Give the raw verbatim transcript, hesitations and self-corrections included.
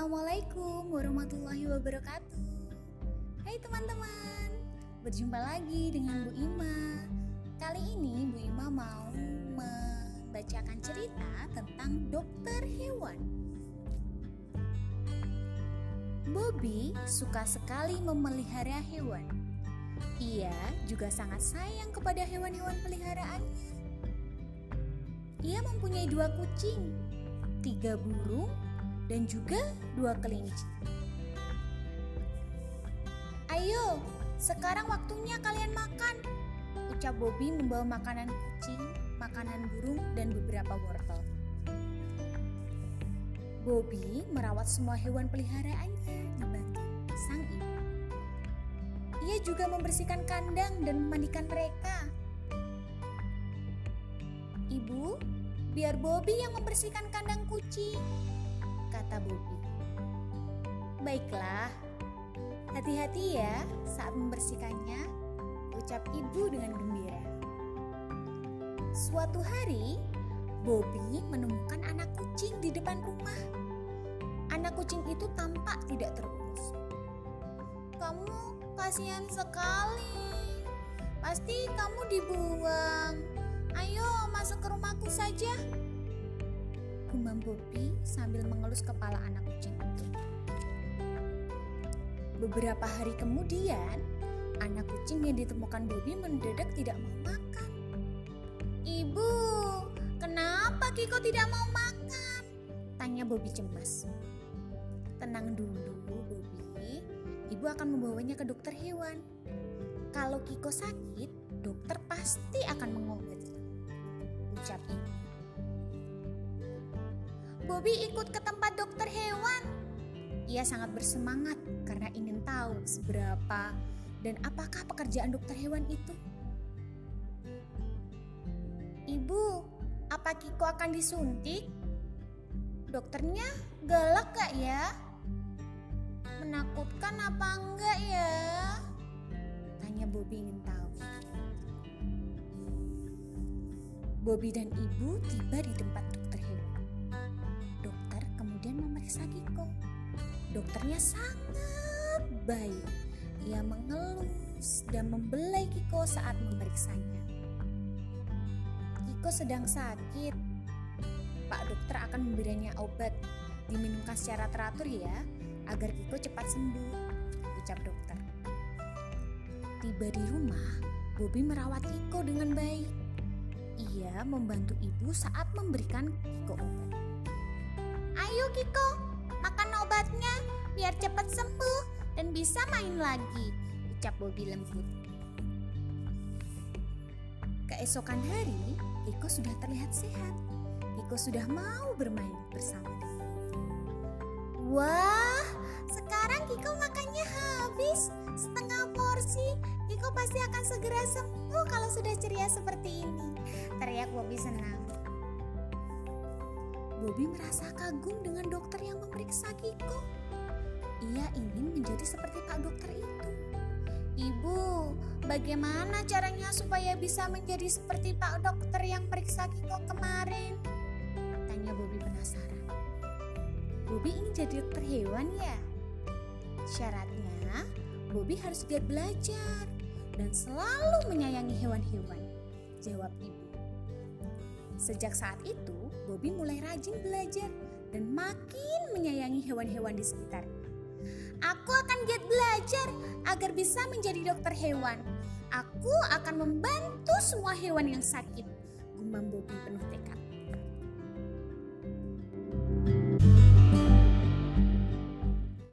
Assalamualaikum warahmatullahi wabarakatuh. Hai teman-teman, berjumpa lagi dengan Bu Ima. Kali ini Bu Ima mau membacakan cerita tentang dokter hewan. Bobby suka sekali memelihara hewan. Ia juga sangat sayang kepada hewan-hewan peliharaannya. Ia mempunyai dua kucing, tiga burung, dan juga dua kelinci. Ayo, sekarang waktunya kalian makan, ucap Bobby membawa makanan kucing, makanan burung, dan beberapa wortel. Bobby merawat semua hewan peliharaannya dibantu sang ibu. Ia juga membersihkan kandang dan memandikan mereka. Ibu, biar Bobby yang membersihkan kandang kucing, kata Bobby. Baiklah, hati-hati ya saat membersihkannya, ucap ibu dengan gembira. Suatu hari, Bobby menemukan anak kucing di depan rumah. Anak kucing itu tampak tidak terurus. Kamu kasihan sekali, pasti kamu dibuang. Ayo masuk ke rumahku saja, gumam Bobby sambil mengelus kepala anak kucing itu. Beberapa hari kemudian, anak kucing yang ditemukan Bobby mendadak tidak mau makan. Ibu, kenapa Kiko tidak mau makan? Tanya Bobby cemas. Tenang dulu Bobby, ibu akan membawanya ke dokter hewan. Kalau Kiko sakit, dokter pasti akan mengobati, ucap ibu. Bobby ikut ke tempat dokter hewan. Ia sangat bersemangat karena ingin tahu seberapa dan apakah pekerjaan dokter hewan itu. Ibu, apa Kiko akan disuntik? Dokternya galak gak ya? Menakutkan apa enggak ya? Tanya Bobby ingin tahu. Bobby dan ibu tiba di tempat dokter hewan. Dokter kemudian memeriksa Kiko. Dokternya sangat baik. Ia mengelus dan membelai Kiko saat memeriksanya. Kiko sedang sakit. Pak dokter akan memberinya obat. Diminumkan secara teratur ya, agar Kiko cepat sembuh, ucap dokter. Tiba di rumah, Bobby merawat Kiko dengan baik. Ia membantu ibu saat memberikan Kiko obat. Ayo Kiko, makan obatnya biar cepat sembuh dan bisa main lagi, ucap Bobby lembut. Keesokan hari, Kiko sudah terlihat sehat. Kiko sudah mau bermain bersama dengan ibu. Wah, sekarang Kiko makannya habis setengah porsi. Kiko pasti akan segera sembuh kalau sudah ceria seperti ini, teriak Bobby senang. Bobby merasa kagum dengan dokter yang memeriksa Kiko. Ia ingin menjadi seperti Pak dokter itu. Ibu, bagaimana caranya supaya bisa menjadi seperti Pak dokter yang meriksa Kiko kemarin? Tanya Bobby penasaran. Bobby ingin jadi dokter hewan ya? Syaratnya, Bobby harus giat belajar dan selalu menyayangi hewan-hewan, jawab ibu. Sejak saat itu, Bobby mulai rajin belajar dan makin menyayangi hewan-hewan di sekitarnya. Aku akan giat belajar agar bisa menjadi dokter hewan. Aku akan membantu semua hewan yang sakit, gumam Bobby penuh tekad.